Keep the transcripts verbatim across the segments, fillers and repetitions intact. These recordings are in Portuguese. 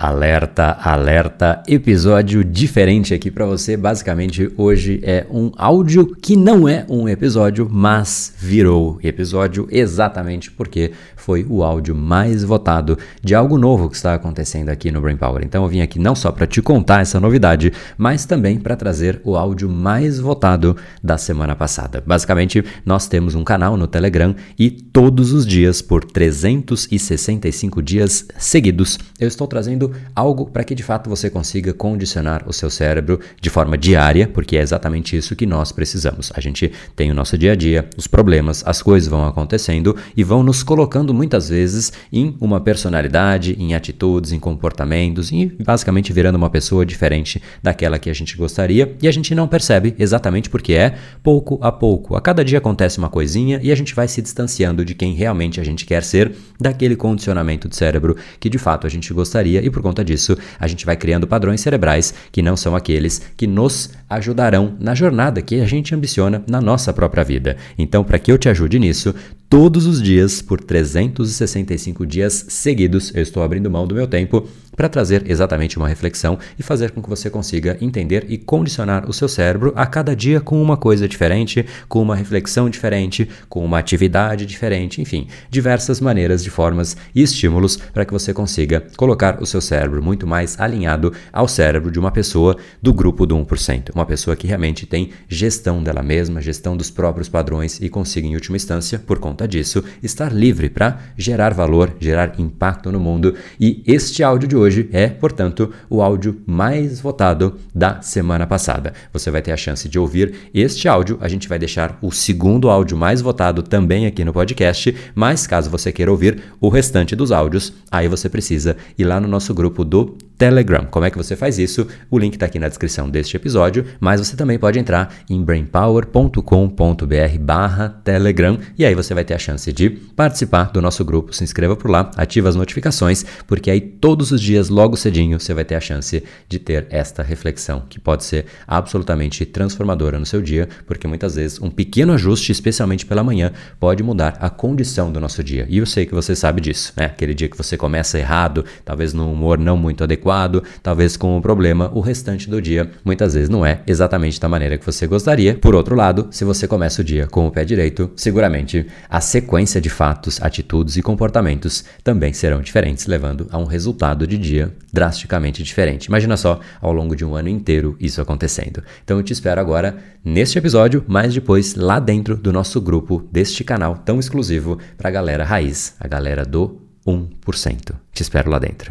Alerta, alerta, episódio diferente aqui pra você. Basicamente, hoje é um áudio que não é um episódio, mas virou episódio exatamente porque foi o áudio mais votado de algo novo que está acontecendo aqui no Brain Power. Então eu vim aqui não só para te contar essa novidade, mas também para trazer o áudio mais votado da semana passada. Basicamente, nós temos um canal no Telegram e todos os dias, por trezentos e sessenta e cinco dias seguidos, eu estou trazendo algo para que de fato você consiga condicionar o seu cérebro de forma diária, porque é exatamente isso que nós precisamos. A gente tem o nosso dia a dia, os problemas, as coisas vão acontecendo e vão nos colocando muitas vezes em uma personalidade, em atitudes, em comportamentos e basicamente virando uma pessoa diferente daquela que a gente gostaria e a gente não percebe exatamente porque é pouco a pouco. A cada dia acontece uma coisinha e a gente vai se distanciando de quem realmente a gente quer ser, daquele condicionamento de cérebro que de fato a gente gostaria e por conta disso a gente vai criando padrões cerebrais que não são aqueles que nos ajudarão na jornada que a gente ambiciona na nossa própria vida. Então, para que eu te ajude nisso, todos os dias, por trezentos e sessenta e cinco dias seguidos, eu estou abrindo mão do meu tempo para trazer exatamente uma reflexão e fazer com que você consiga entender e condicionar o seu cérebro a cada dia com uma coisa diferente, com uma reflexão diferente, com uma atividade diferente, enfim, diversas maneiras de formas e estímulos para que você consiga colocar o seu cérebro muito mais alinhado ao cérebro de uma pessoa do grupo do um por cento, uma pessoa que realmente tem gestão dela mesma, gestão dos próprios padrões e consiga, em última instância, por conta disso, estar livre para gerar valor, gerar impacto no mundo. E este áudio de hoje Hoje é, portanto, o áudio mais votado da semana passada. Você vai ter a chance de ouvir este áudio. A gente vai deixar o segundo áudio mais votado também aqui no podcast, mas caso você queira ouvir o restante dos áudios, aí você precisa ir lá no nosso grupo do Telegram. Como é que você faz isso? O link está aqui na descrição deste episódio, mas você também pode entrar em brainpower ponto com ponto b r barra Telegram e aí você vai ter a chance de participar do nosso grupo. Se inscreva por lá, ativa as notificações, porque aí todos os dias, logo cedinho, você vai ter a chance de ter esta reflexão, que pode ser absolutamente transformadora no seu dia, porque muitas vezes um pequeno ajuste, especialmente pela manhã, pode mudar a condição do nosso dia. E eu sei que você sabe disso, né? Aquele dia que você começa errado, talvez num humor não muito adequado, talvez com um problema, o restante do dia muitas vezes não é exatamente da maneira que você gostaria. Por outro lado, se você começa o dia com o pé direito, seguramente a sequência de fatos, atitudes e comportamentos também serão diferentes, levando a um resultado de dia drasticamente diferente. Imagina só, ao longo de um ano inteiro, isso acontecendo. Então eu te espero agora neste episódio, mas depois lá dentro do nosso grupo, deste canal tão exclusivo para a galera raiz, a galera do um por cento. Te espero lá dentro.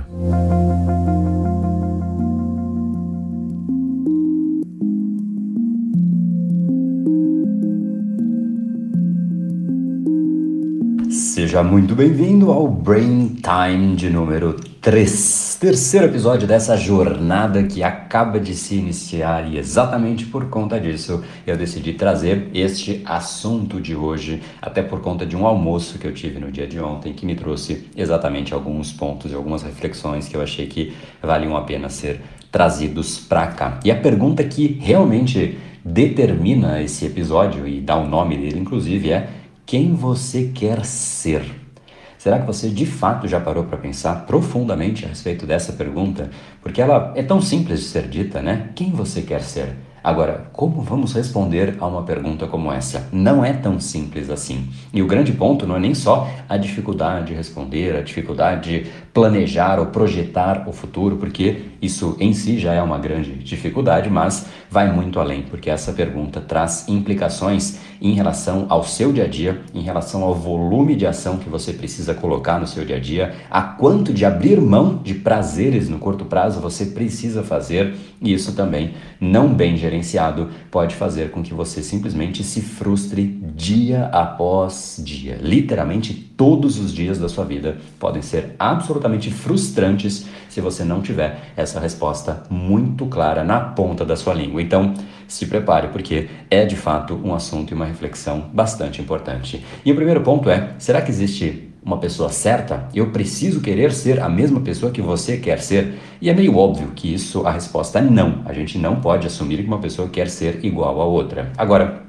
Seja muito bem-vindo ao Brain Time de número três, terceiro episódio dessa jornada que acaba de se iniciar e exatamente por conta disso eu decidi trazer este assunto de hoje, até por conta de um almoço que eu tive no dia de ontem que me trouxe exatamente alguns pontos e algumas reflexões que eu achei que valiam a pena ser trazidos para cá. E a pergunta que realmente determina esse episódio e dá o nome dele inclusive é: quem você quer ser? Será que você de fato já parou para pensar profundamente a respeito dessa pergunta? Porque ela é tão simples de ser dita, né? Quem você quer ser? Agora, como vamos responder a uma pergunta como essa? Não é tão simples assim. E o grande ponto não é nem só a dificuldade de responder, a dificuldade de planejar ou projetar o futuro, porque isso em si já é uma grande dificuldade, mas vai muito além, porque essa pergunta traz implicações em relação ao seu dia a dia, em relação ao volume de ação que você precisa colocar no seu dia a dia, a quanto de abrir mão de prazeres no curto prazo você precisa fazer, e isso também, não bem gerenciado, pode fazer com que você simplesmente se frustre dia após dia. Literalmente todos os dias da sua vida podem ser absolutamente frustrantes se você não tiver essa resposta muito clara na ponta da sua língua. Então, se prepare, porque é de fato um assunto e uma reflexão bastante importante. E o primeiro ponto é: será que existe uma pessoa certa? Eu preciso querer ser a mesma pessoa que você quer ser? E é meio óbvio que isso, a resposta é não. A gente não pode assumir que uma pessoa quer ser igual a outra. Agora,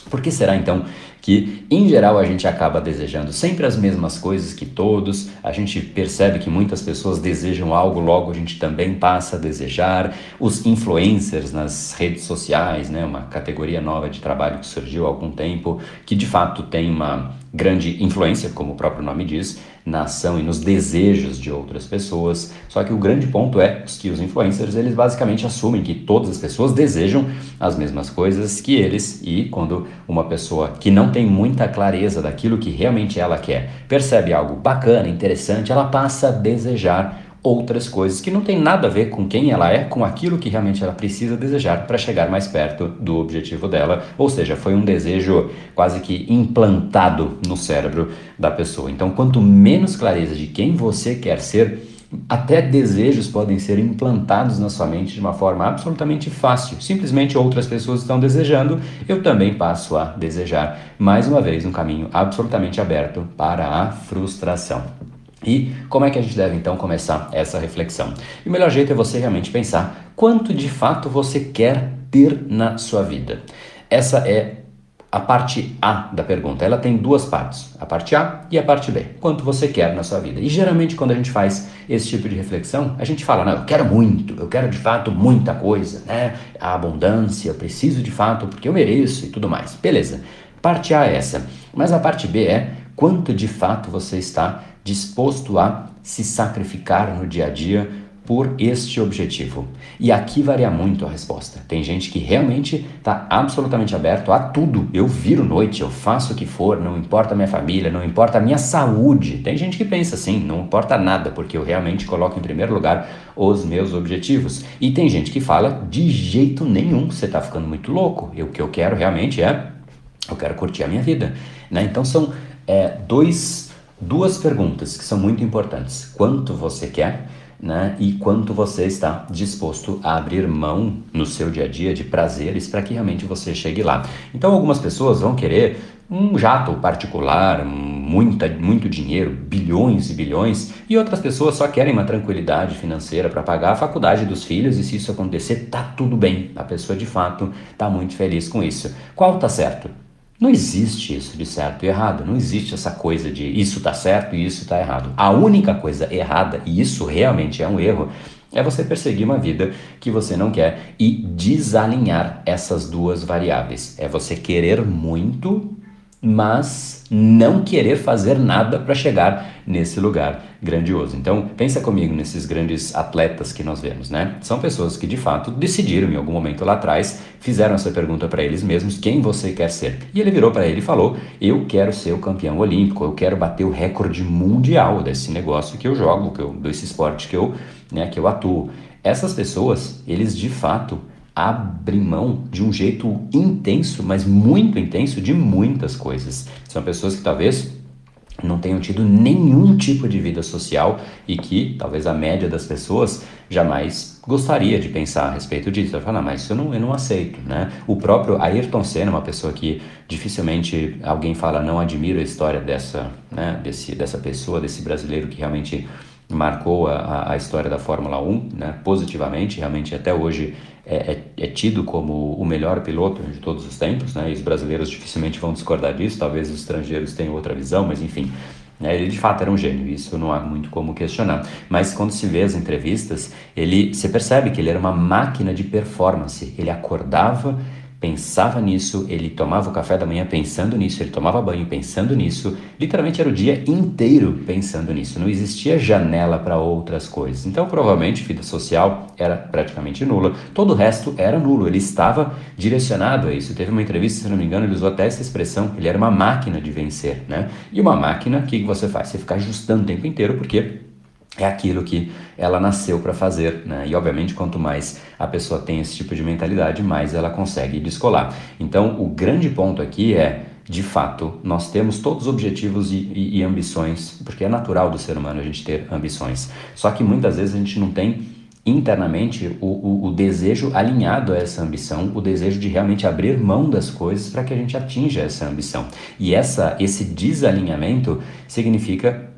Por que será então que, em geral, a gente acaba desejando sempre as mesmas coisas que todos? A gente percebe que muitas pessoas desejam algo, logo a gente também passa a desejar. Os influencers nas redes sociais, né, uma categoria nova de trabalho que surgiu há algum tempo, que de fato tem uma grande influência, como o próprio nome diz, na ação e nos desejos de outras pessoas. Só que o grande ponto é que os influencers, eles basicamente assumem que todas as pessoas desejam as mesmas coisas que eles, e quando uma pessoa que não tem muita clareza daquilo que realmente ela quer, percebe algo bacana, interessante, ela passa a desejar outras coisas que não tem nada a ver com quem ela é, com aquilo que realmente ela precisa desejar para chegar mais perto do objetivo dela, ou seja, foi um desejo quase que implantado no cérebro da pessoa. Então, quanto menos clareza de quem você quer ser, até desejos podem ser implantados na sua mente de uma forma absolutamente fácil. Simplesmente outras pessoas estão desejando, eu também passo a desejar. Mais uma vez, um caminho absolutamente aberto para a frustração. E como é que a gente deve então começar essa reflexão? E o melhor jeito é você realmente pensar quanto de fato você quer ter na sua vida. Essa é a parte A da pergunta. Ela tem duas partes, a parte A e a parte B. Quanto você quer na sua vida? E geralmente quando a gente faz esse tipo de reflexão, a gente fala, não, eu quero muito, eu quero de fato muita coisa, né? A abundância, eu preciso de fato porque eu mereço e tudo mais. Beleza, parte A é essa. Mas a parte B é quanto de fato você está disposto a se sacrificar no dia a dia por este objetivo. E aqui varia muito a resposta. Tem gente que realmente está absolutamente aberto a tudo. Eu viro noite, eu faço o que for, não importa a minha família, não importa a minha saúde. Tem gente que pensa assim, não importa nada, porque eu realmente coloco em primeiro lugar os meus objetivos. E tem gente que fala, de jeito nenhum, você está ficando muito louco. E o que eu quero realmente é, eu quero curtir a minha vida. Né? Então são é, dois... Duas perguntas que são muito importantes. Quanto você quer, né? E quanto você está disposto a abrir mão no seu dia a dia de prazeres para que realmente você chegue lá. Então algumas pessoas vão querer um jato particular, muita, muito dinheiro, bilhões e bilhões, e outras pessoas só querem uma tranquilidade financeira para pagar a faculdade dos filhos, e se isso acontecer, tá tudo bem. A pessoa de fato tá muito feliz com isso. Qual tá certo? Não existe isso de certo e errado, não existe essa coisa de isso tá certo e isso tá errado. A única coisa errada, e isso realmente é um erro, é você perseguir uma vida que você não quer e desalinhar essas duas variáveis. É você querer muito, mas não querer fazer nada para chegar nesse lugar grandioso. Então, pensa comigo nesses grandes atletas que nós vemos, né? São pessoas que de fato decidiram em algum momento lá atrás, fizeram essa pergunta para eles mesmos, quem você quer ser? E ele virou para ele e falou, eu quero ser o campeão olímpico, eu quero bater o recorde mundial desse negócio que eu jogo, que eu, desse esporte que eu, né, que eu atuo. Essas pessoas, eles de fato abrem mão de um jeito intenso, mas muito intenso, de muitas coisas. São pessoas que talvez não tenham tido nenhum tipo de vida social e que talvez a média das pessoas jamais gostaria de pensar a respeito disso. Vai falar, mas isso eu não, eu não aceito, né? O próprio Ayrton Senna, uma pessoa que dificilmente alguém fala, não admiro a história dessa, né, desse, dessa pessoa, desse brasileiro que realmente marcou a, a história da Fórmula um, né, positivamente, realmente até hoje é, é, é tido como o melhor piloto de todos os tempos, né, e os brasileiros dificilmente vão discordar disso, talvez os estrangeiros tenham outra visão, mas enfim, né, ele de fato era um gênio, isso não há muito como questionar. Mas quando se vê as entrevistas, ele, você percebe que ele era uma máquina de performance, ele acordava, pensava nisso, ele tomava o café da manhã pensando nisso, ele tomava banho pensando nisso, literalmente era o dia inteiro pensando nisso, não existia janela para outras coisas. Então provavelmente vida social era praticamente nula, todo o resto era nulo, ele estava direcionado a isso. Teve uma entrevista, se não me engano, ele usou até essa expressão, ele era uma máquina de vencer, né? E uma máquina, o que você faz? Você fica ajustando o tempo inteiro, porque é aquilo que ela nasceu para fazer, né? E obviamente quanto mais a pessoa tem esse tipo de mentalidade, mais ela consegue descolar. Então o grande ponto aqui é, de fato, nós temos todos os objetivos e, e, e ambições, porque é natural do ser humano a gente ter ambições, só que muitas vezes a gente não tem internamente o, o, o desejo alinhado a essa ambição, o desejo de realmente abrir mão das coisas para que a gente atinja essa ambição. E essa, esse desalinhamento significa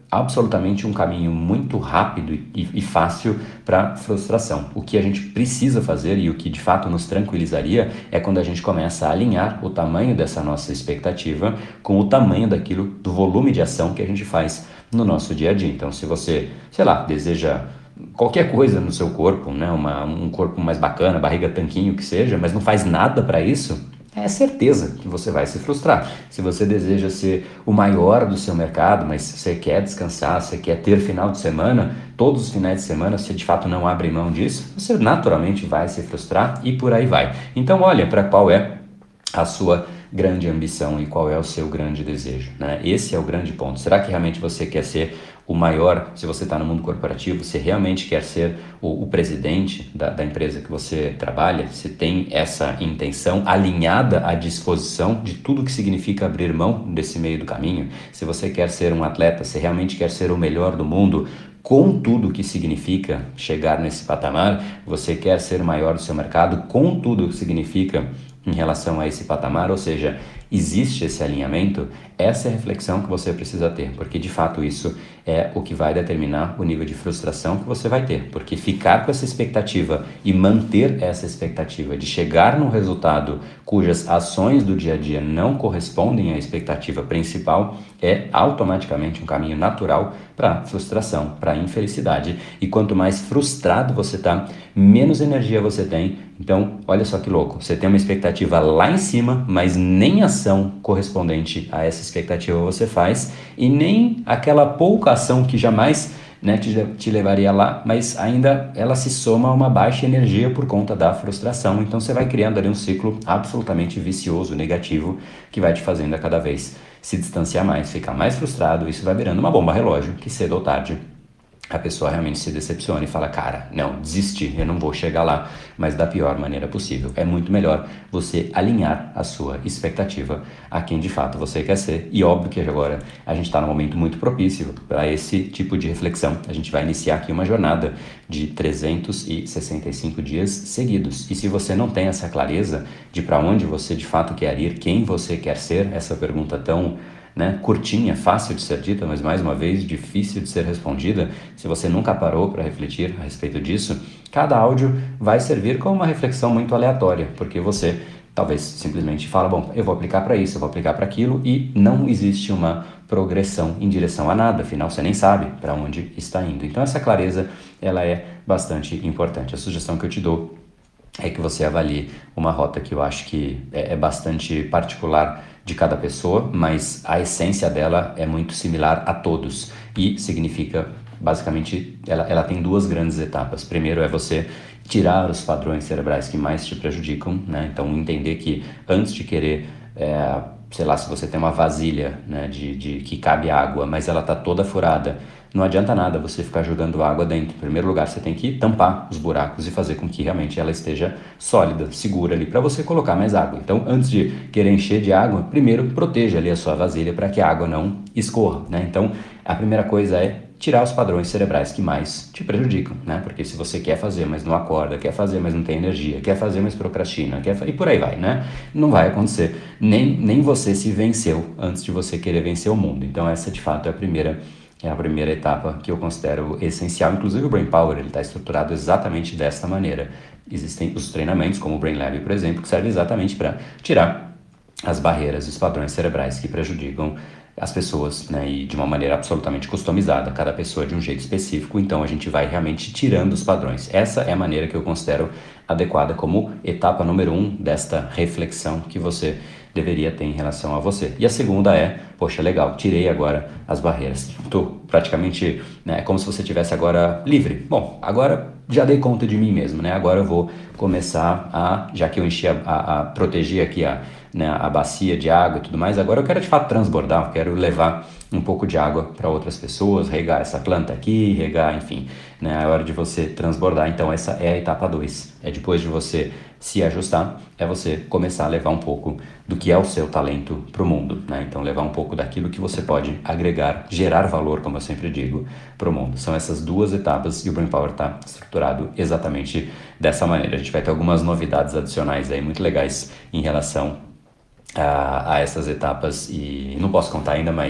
absolutamente um caminho muito rápido e, e fácil para frustração. O que a gente precisa fazer e o que de fato nos tranquilizaria é quando a gente começa a alinhar o tamanho dessa nossa expectativa com o tamanho daquilo, do volume de ação que a gente faz no nosso dia a dia. Então, se você, sei lá, deseja qualquer coisa no seu corpo, né, uma, um corpo mais bacana, barriga tanquinho, que seja, mas não faz nada para isso, é certeza que você vai se frustrar. Se você deseja ser o maior do seu mercado, mas você quer descansar, você quer ter final de semana, todos os finais de semana, você de fato não abre mão disso, você naturalmente vai se frustrar e por aí vai. Então olha para qual é a sua grande ambição e qual é o seu grande desejo, né? Esse é o grande ponto. Será que realmente você quer ser o maior, se você está no mundo corporativo, você realmente quer ser o, o presidente da, da empresa que você trabalha? Você tem essa intenção alinhada à disposição de tudo que significa abrir mão desse meio do caminho? Se você quer ser um atleta, se realmente quer ser o melhor do mundo, com tudo que significa chegar nesse patamar, você quer ser o maior do seu mercado, com tudo que significa em relação a esse patamar, ou seja, existe esse alinhamento? Essa é a reflexão que você precisa ter, porque de fato isso é o que vai determinar o nível de frustração que você vai ter, porque ficar com essa expectativa e manter essa expectativa de chegar num resultado cujas ações do dia a dia não correspondem à expectativa principal é automaticamente um caminho natural para frustração, para infelicidade, e quanto mais frustrado você está, menos energia você tem. Então, olha só que louco, você tem uma expectativa lá em cima, mas nem ação correspondente a essa expectativa você faz, e nem aquela pouca ação que jamais, né, te, te levaria lá, mas ainda ela se soma a uma baixa energia por conta da frustração. Então você vai criando ali um ciclo absolutamente vicioso, negativo, que vai te fazendo a cada vez se distanciar mais, ficar mais frustrado. Isso vai virando uma bomba relógio que cedo ou tarde a pessoa realmente se decepciona e fala, cara, não, desisti, eu não vou chegar lá, mas da pior maneira possível. É muito melhor você alinhar a sua expectativa a quem de fato você quer ser. E óbvio que agora a gente está num momento muito propício para esse tipo de reflexão. A gente vai iniciar aqui uma jornada de trezentos e sessenta e cinco dias seguidos. E se você não tem essa clareza de para onde você de fato quer ir, quem você quer ser, essa pergunta tão... né, curtinha, fácil de ser dita, mas mais uma vez difícil de ser respondida, se você nunca parou para refletir a respeito disso, cada áudio vai servir como uma reflexão muito aleatória, porque você talvez simplesmente fala, bom, eu vou aplicar para isso, eu vou aplicar para aquilo, e não existe uma progressão em direção a nada, afinal você nem sabe para onde está indo. Então essa clareza, ela é bastante importante. A sugestão que eu te dou é que você avalie uma rota que eu acho que é, é bastante particular de cada pessoa, mas a essência dela é muito similar a todos e significa, basicamente, ela, ela tem duas grandes etapas. Primeiro é você tirar os padrões cerebrais que mais te prejudicam, né? Então entender que antes de querer, é, sei lá, se você tem uma vasilha, né, de, de, que cabe água, mas ela está toda furada, não adianta nada você ficar jogando água dentro. Em primeiro lugar, você tem que tampar os buracos e fazer com que realmente ela esteja sólida, segura ali, para você colocar mais água. Então, antes de querer encher de água, primeiro proteja ali a sua vasilha para que a água não escorra, né? Então, a primeira coisa é tirar os padrões cerebrais que mais te prejudicam, né? Porque se você quer fazer, mas não acorda, quer fazer, mas não tem energia, quer fazer, mas procrastina, quer fa... e por aí vai, né? Não vai acontecer. Nem, nem você se venceu antes de você querer vencer o mundo. Então, essa de fato é a primeira É a primeira etapa que eu considero essencial. Inclusive o Brain Power está estruturado exatamente desta maneira. Existem os treinamentos, como o Brain Lab, por exemplo, que serve exatamente para tirar as barreiras e os padrões cerebrais que prejudicam as pessoas, né? E de uma maneira absolutamente customizada, cada pessoa de um jeito específico. Então a gente vai realmente tirando os padrões. Essa é a maneira que eu considero adequada como etapa número um desta reflexão que você deveria ter em relação a você. E a segunda é, poxa, legal, tirei agora as barreiras. Estou praticamente, né, é como se você estivesse agora livre. Bom, agora já dei conta de mim mesmo, né? Agora eu vou começar a, já que eu enchi a, a, a proteger aqui a, né, a bacia de água e tudo mais, agora eu quero de fato transbordar, eu quero levar um pouco de água para outras pessoas, regar essa planta aqui, regar, enfim, né? É hora de você transbordar. Então essa é a etapa dois. É depois de você se ajustar, é você começar a levar um pouco do que é o seu talento para o mundo, né? Então levar um pouco daquilo que você pode agregar, gerar valor, como eu sempre digo, para o mundo. São essas duas etapas e o Brain Power está estruturado exatamente dessa maneira. A gente vai ter algumas novidades adicionais aí muito legais em relação a, a essas etapas e não posso contar ainda, mas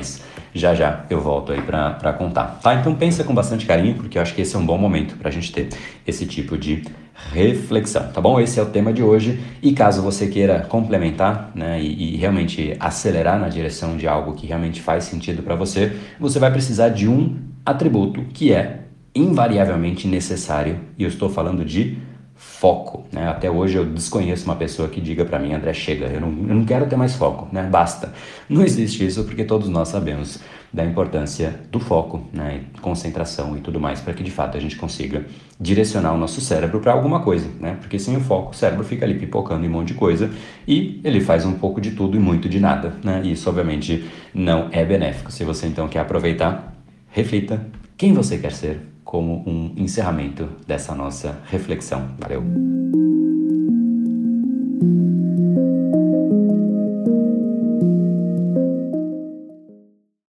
já já eu volto aí para contar, tá? Então pensa com bastante carinho, porque eu acho que esse é um bom momento para a gente ter esse tipo de reflexão, tá bom? Esse é o tema de hoje, e caso você queira complementar, né, e, e realmente acelerar na direção de algo que realmente faz sentido para você, você vai precisar de um atributo que é invariavelmente necessário, e eu estou falando de foco, né? Até hoje eu desconheço uma pessoa que diga para mim: André, chega, eu não, eu não quero ter mais foco, né? Basta. Não existe isso, porque todos nós sabemos da importância do foco, né? Concentração e tudo mais, para que de fato a gente consiga direcionar o nosso cérebro para alguma coisa, né? Porque sem o foco o cérebro fica ali pipocando em um monte de coisa e ele faz um pouco de tudo e muito de nada, né? E isso obviamente não é benéfico. Se você então quer aproveitar, reflita quem você quer ser como um encerramento dessa nossa reflexão. Valeu!